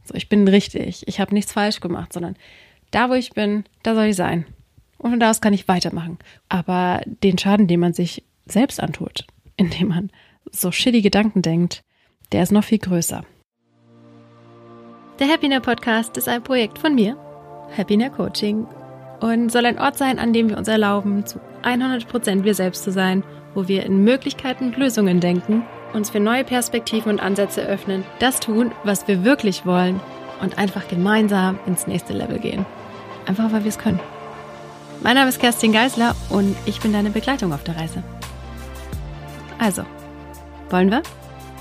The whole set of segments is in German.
So, ich bin richtig, ich habe nichts falsch gemacht, sondern da, wo ich bin, da soll ich sein. Und von da aus kann ich weitermachen. Aber den Schaden, den man sich selbst antut, indem man so shitty Gedanken denkt, der ist noch viel größer. Der Happiner Podcast ist ein Projekt von mir, Happiner Coaching, und soll ein Ort sein, an dem wir uns erlauben, zu 100% wir selbst zu sein, wo wir in Möglichkeiten und Lösungen denken, uns für neue Perspektiven und Ansätze öffnen, das tun, was wir wirklich wollen und einfach gemeinsam ins nächste Level gehen. Einfach, weil wir es können. Mein Name ist Kerstin Geisler und ich bin deine Begleitung auf der Reise. Also, wollen wir?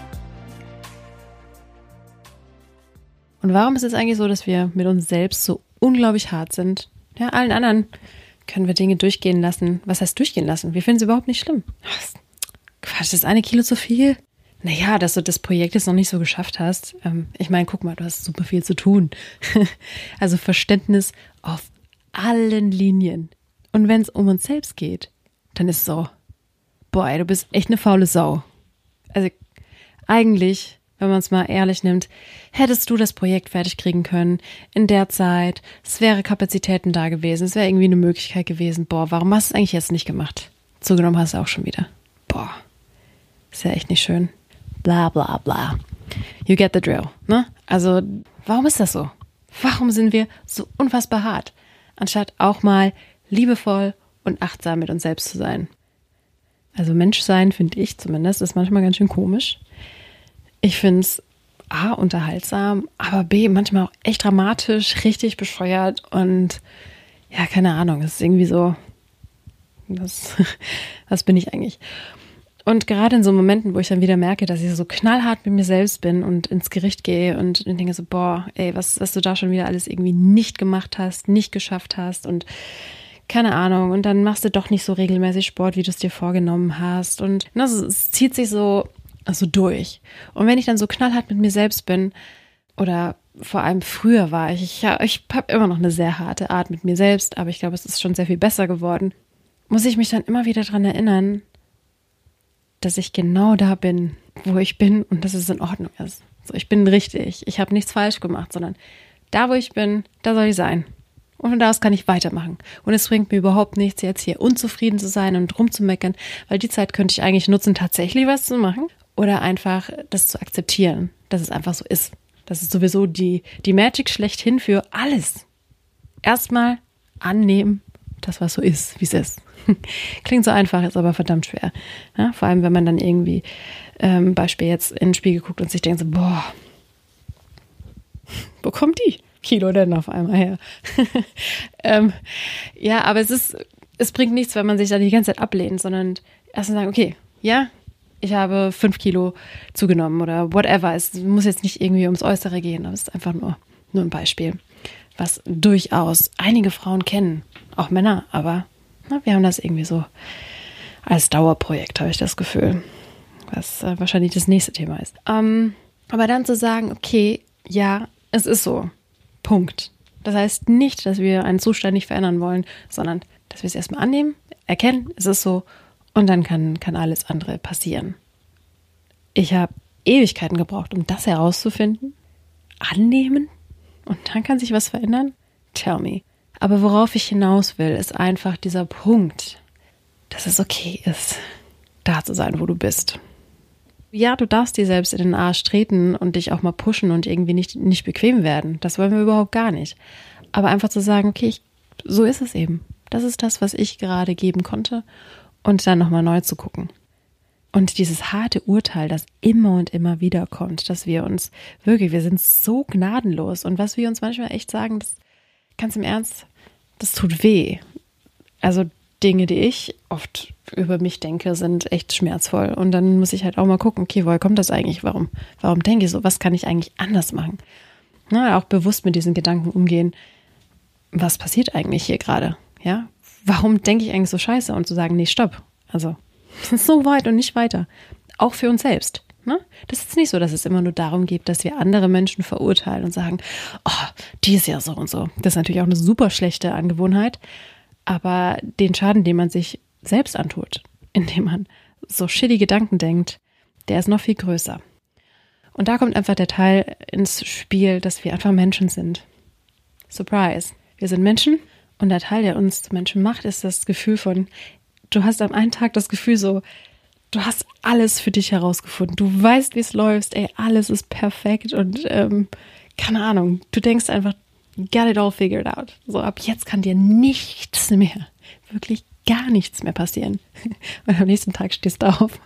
Und warum ist es eigentlich so, dass wir mit uns selbst so unglaublich hart sind? Ja, allen anderen können wir Dinge durchgehen lassen. Was heißt durchgehen lassen? Wir finden es überhaupt nicht schlimm. Quatsch, das 1 Kilo zu viel? Naja, dass du das Projekt jetzt noch nicht so geschafft hast. Ich meine, guck mal, du hast super viel zu tun. Also Verständnis auf allen Linien. Und wenn es um uns selbst geht, dann ist es so, boah, ey, du bist echt eine faule Sau. Also eigentlich, wenn man es mal ehrlich nimmt, hättest du das Projekt fertig kriegen können in der Zeit. Es wäre Kapazitäten da gewesen, es wäre irgendwie eine Möglichkeit gewesen. Boah, warum hast du es eigentlich jetzt nicht gemacht? Zugenommen hast du auch schon wieder. Boah, ist ja echt nicht schön. Bla bla bla. You get the drill, ne? Also, warum ist das so? Warum sind wir so unfassbar hart, anstatt auch mal liebevoll und achtsam mit uns selbst zu sein? Also Menschsein, finde ich zumindest, ist manchmal ganz schön komisch. Ich finde es A, unterhaltsam, aber B, manchmal auch echt dramatisch, richtig bescheuert und ja, keine Ahnung, es ist irgendwie so, was bin ich eigentlich? Und gerade in so Momenten, wo ich dann wieder merke, dass ich so knallhart mit mir selbst bin und ins Gericht gehe und denke so, boah, ey, was du da schon wieder alles irgendwie nicht gemacht hast, nicht geschafft hast und keine Ahnung, und dann machst du doch nicht so regelmäßig Sport, wie du es dir vorgenommen hast und es zieht sich so durch. Und wenn ich dann so knallhart mit mir selbst bin, oder vor allem früher war ich habe immer noch eine sehr harte Art mit mir selbst, aber ich glaube, es ist schon sehr viel besser geworden, muss ich mich dann immer wieder daran erinnern, dass ich genau da bin, wo ich bin und dass es in Ordnung ist. So, ich bin richtig, ich habe nichts falsch gemacht, sondern da, wo ich bin, da soll ich sein. Und von da aus kann ich weitermachen. Und es bringt mir überhaupt nichts, jetzt hier unzufrieden zu sein und rumzumeckern, weil die Zeit könnte ich eigentlich nutzen, tatsächlich was zu machen oder einfach das zu akzeptieren, dass es einfach so ist. Das ist sowieso die Magic schlechthin für alles. Erstmal annehmen, das was so ist, wie es ist. Klingt so einfach, ist aber verdammt schwer. Ja, vor allem, wenn man dann irgendwie Beispiel jetzt in den Spiegel guckt und sich denkt so, boah, wo kommt die Kilo denn auf einmal her? Ja, aber es bringt nichts, wenn man sich da die ganze Zeit ablehnt, sondern erst mal sagen, okay, ja, ich habe 5 Kilo zugenommen oder whatever. Es muss jetzt nicht irgendwie ums Äußere gehen, aber es ist einfach nur ein Beispiel, was durchaus einige Frauen kennen, auch Männer, aber wir haben das irgendwie so als Dauerprojekt, habe ich das Gefühl, was wahrscheinlich das nächste Thema ist. Aber dann zu sagen, okay, ja, es ist so, Punkt. Das heißt nicht, dass wir einen Zustand nicht verändern wollen, sondern dass wir es erstmal annehmen, erkennen, es ist so und dann kann alles andere passieren. Ich habe Ewigkeiten gebraucht, um das herauszufinden, annehmen und dann kann sich was verändern. Tell me. Aber worauf ich hinaus will, ist einfach dieser Punkt, dass es okay ist, da zu sein, wo du bist. Ja, du darfst dir selbst in den Arsch treten und dich auch mal pushen und irgendwie nicht bequem werden. Das wollen wir überhaupt gar nicht. Aber einfach zu sagen, okay, so ist es eben. Das ist das, was ich gerade geben konnte und dann nochmal neu zu gucken. Und dieses harte Urteil, das immer und immer wieder kommt, dass wir uns wirklich, wir sind so gnadenlos und was wir uns manchmal echt sagen, das ganz im Ernst, das tut weh. Also Dinge, die ich oft über mich denke, sind echt schmerzvoll. Und dann muss ich halt auch mal gucken, okay, woher kommt das eigentlich? Warum denke ich so? Was kann ich eigentlich anders machen? Auch bewusst mit diesen Gedanken umgehen. Was passiert eigentlich hier gerade? Ja? Warum denke ich eigentlich so scheiße? Und zu sagen, nee, stopp. Also, so weit und nicht weiter. Auch für uns selbst. Ne? Das ist jetzt nicht so, dass es immer nur darum geht, dass wir andere Menschen verurteilen und sagen, oh, die ist ja so und so. Das ist natürlich auch eine super schlechte Angewohnheit. Aber den Schaden, den man sich selbst antut, indem man so shitty Gedanken denkt, der ist noch viel größer. Und da kommt einfach der Teil ins Spiel, dass wir einfach Menschen sind. Surprise. Wir sind Menschen und der Teil, der uns zu Menschen macht, ist das Gefühl von, du hast am einen Tag das Gefühl so, du hast alles für dich herausgefunden. Du weißt, wie es läuft. Ey, alles ist perfekt und keine Ahnung. Du denkst einfach, got it all figured out. So, ab jetzt kann dir nichts mehr, wirklich gar nichts mehr passieren. Und am nächsten Tag stehst du auf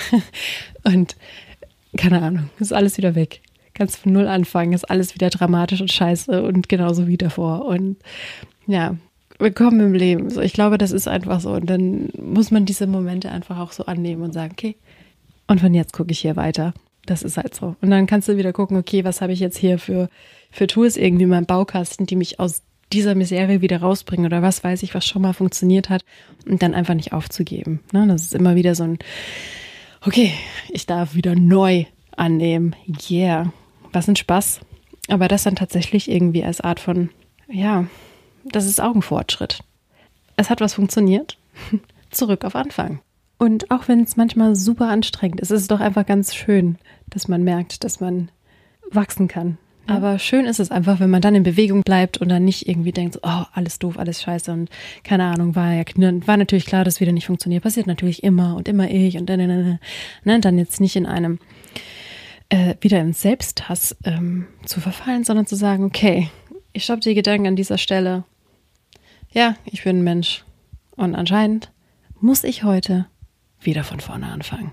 und keine Ahnung, ist alles wieder weg. Kannst von null anfangen, ist alles wieder dramatisch und scheiße und genauso wie davor. Und ja, willkommen im Leben. So, ich glaube, das ist einfach so. Und dann muss man diese Momente einfach auch so annehmen und sagen, okay, und von jetzt gucke ich hier weiter. Das ist halt so. Und dann kannst du wieder gucken, okay, was habe ich jetzt hier für Tools irgendwie in meinem Baukasten, die mich aus dieser Misere wieder rausbringen oder was weiß ich, was schon mal funktioniert hat und dann einfach nicht aufzugeben. Ne? Das ist immer wieder so ein, okay, ich darf wieder neu annehmen. Yeah, was ein Spaß. Aber das dann tatsächlich irgendwie als Art von, ja, das ist Augenfortschritt. Es hat was funktioniert. Zurück auf Anfang. Und auch wenn es manchmal super anstrengend ist, ist es doch einfach ganz schön, dass man merkt, dass man wachsen kann. Ja. Aber schön ist es einfach, wenn man dann in Bewegung bleibt und dann nicht irgendwie denkt, oh, alles doof, alles scheiße und keine Ahnung, war natürlich klar, dass wieder nicht funktioniert. Passiert natürlich immer und immer ich und dann jetzt nicht in einem wieder in Selbsthass zu verfallen, sondern zu sagen, okay, ich stoppe die Gedanken an dieser Stelle. Ja, ich bin ein Mensch und anscheinend muss ich heute wieder von vorne anfangen.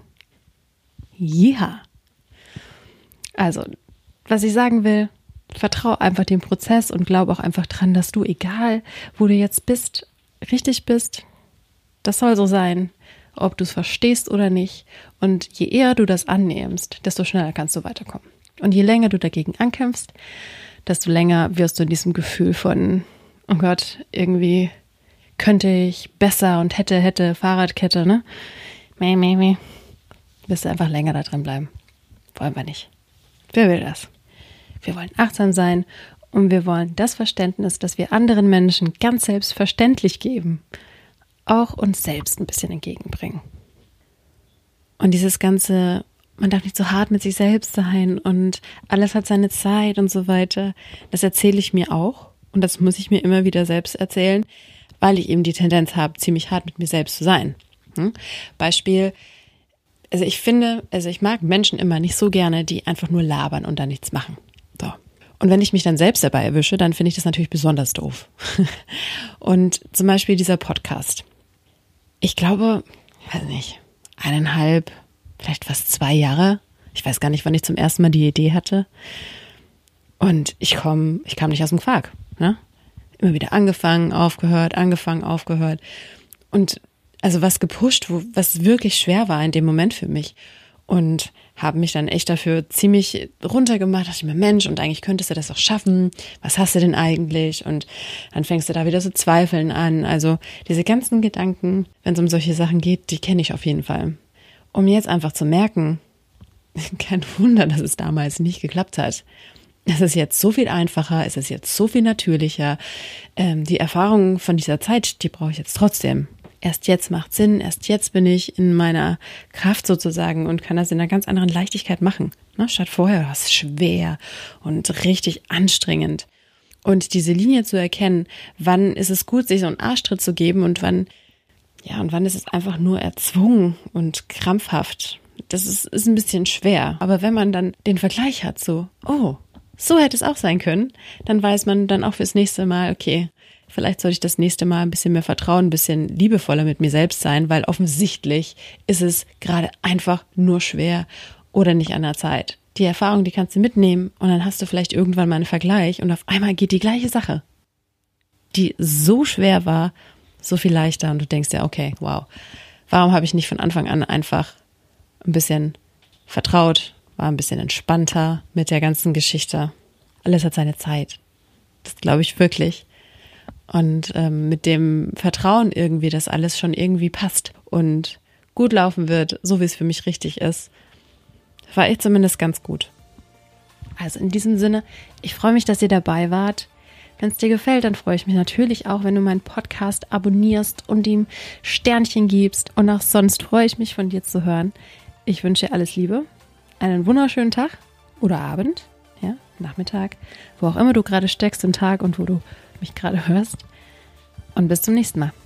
Ja. Also, was ich sagen will, vertraue einfach dem Prozess und glaube auch einfach dran, dass du, egal wo du jetzt bist, richtig bist. Das soll so sein, ob du es verstehst oder nicht. Und je eher du das annimmst, desto schneller kannst du weiterkommen. Und je länger du dagegen ankämpfst, desto länger wirst du in diesem Gefühl von, oh Gott, irgendwie könnte ich besser und hätte, Fahrradkette, ne? Wirst du einfach länger da drin bleiben. Wollen wir nicht. Wer will das? Wir wollen achtsam sein und wir wollen das Verständnis, das wir anderen Menschen ganz selbstverständlich geben, auch uns selbst ein bisschen entgegenbringen. Und dieses ganze, man darf nicht so hart mit sich selbst sein und alles hat seine Zeit und so weiter, das erzähle ich mir auch und das muss ich mir immer wieder selbst erzählen, weil ich eben die Tendenz habe, ziemlich hart mit mir selbst zu sein. Beispiel, ich mag Menschen immer nicht so gerne, die einfach nur labern und dann nichts machen. So. Und wenn ich mich dann selbst dabei erwische, dann finde ich das natürlich besonders doof. Und zum Beispiel dieser Podcast. Ich glaube, 1,5, vielleicht fast 2 Jahre. Ich weiß gar nicht, wann ich zum ersten Mal die Idee hatte. Und ich kam nicht aus dem Quark. Ne? Immer wieder angefangen, aufgehört. Und also was gepusht, was wirklich schwer war in dem Moment für mich. Und habe mich dann echt dafür ziemlich runtergemacht. Dachte ich mir, Mensch, und eigentlich könntest du das auch schaffen. Was hast du denn eigentlich? Und dann fängst du da wieder so zweifeln an. Also diese ganzen Gedanken, wenn es um solche Sachen geht, die kenne ich auf jeden Fall. Um jetzt einfach zu merken, kein Wunder, dass es damals nicht geklappt hat. Es ist jetzt so viel einfacher, es ist jetzt so viel natürlicher. Die Erfahrungen von dieser Zeit, die brauche ich jetzt trotzdem. Erst jetzt macht Sinn, erst jetzt bin ich in meiner Kraft sozusagen und kann das in einer ganz anderen Leichtigkeit machen. Ne? Statt vorher war es schwer und richtig anstrengend. Und diese Linie zu erkennen, wann ist es gut, sich so einen Arschtritt zu geben und wann ist es einfach nur erzwungen und krampfhaft. Das ist ein bisschen schwer. Aber wenn man dann den Vergleich hat, so hätte es auch sein können, dann weiß man dann auch fürs nächste Mal, okay, vielleicht sollte ich das nächste Mal ein bisschen mehr vertrauen, ein bisschen liebevoller mit mir selbst sein, weil offensichtlich ist es gerade einfach nur schwer oder nicht an der Zeit. Die Erfahrung, die kannst du mitnehmen und dann hast du vielleicht irgendwann mal einen Vergleich und auf einmal geht die gleiche Sache, die so schwer war, so viel leichter und du denkst dir, okay, wow, warum habe ich nicht von Anfang an einfach ein bisschen vertraut, war ein bisschen entspannter mit der ganzen Geschichte. Alles hat seine Zeit. Das glaube ich wirklich. Und mit dem Vertrauen irgendwie, dass alles schon irgendwie passt und gut laufen wird, so wie es für mich richtig ist, war ich zumindest ganz gut. Also in diesem Sinne, ich freue mich, dass ihr dabei wart. Wenn es dir gefällt, dann freue ich mich natürlich auch, wenn du meinen Podcast abonnierst und ihm Sternchen gibst. Und auch sonst freue ich mich, von dir zu hören. Ich wünsche dir alles Liebe, einen wunderschönen Tag oder Abend, ja, Nachmittag, wo auch immer du gerade steckst im Tag und wo du mich gerade hörst. Und bis zum nächsten Mal.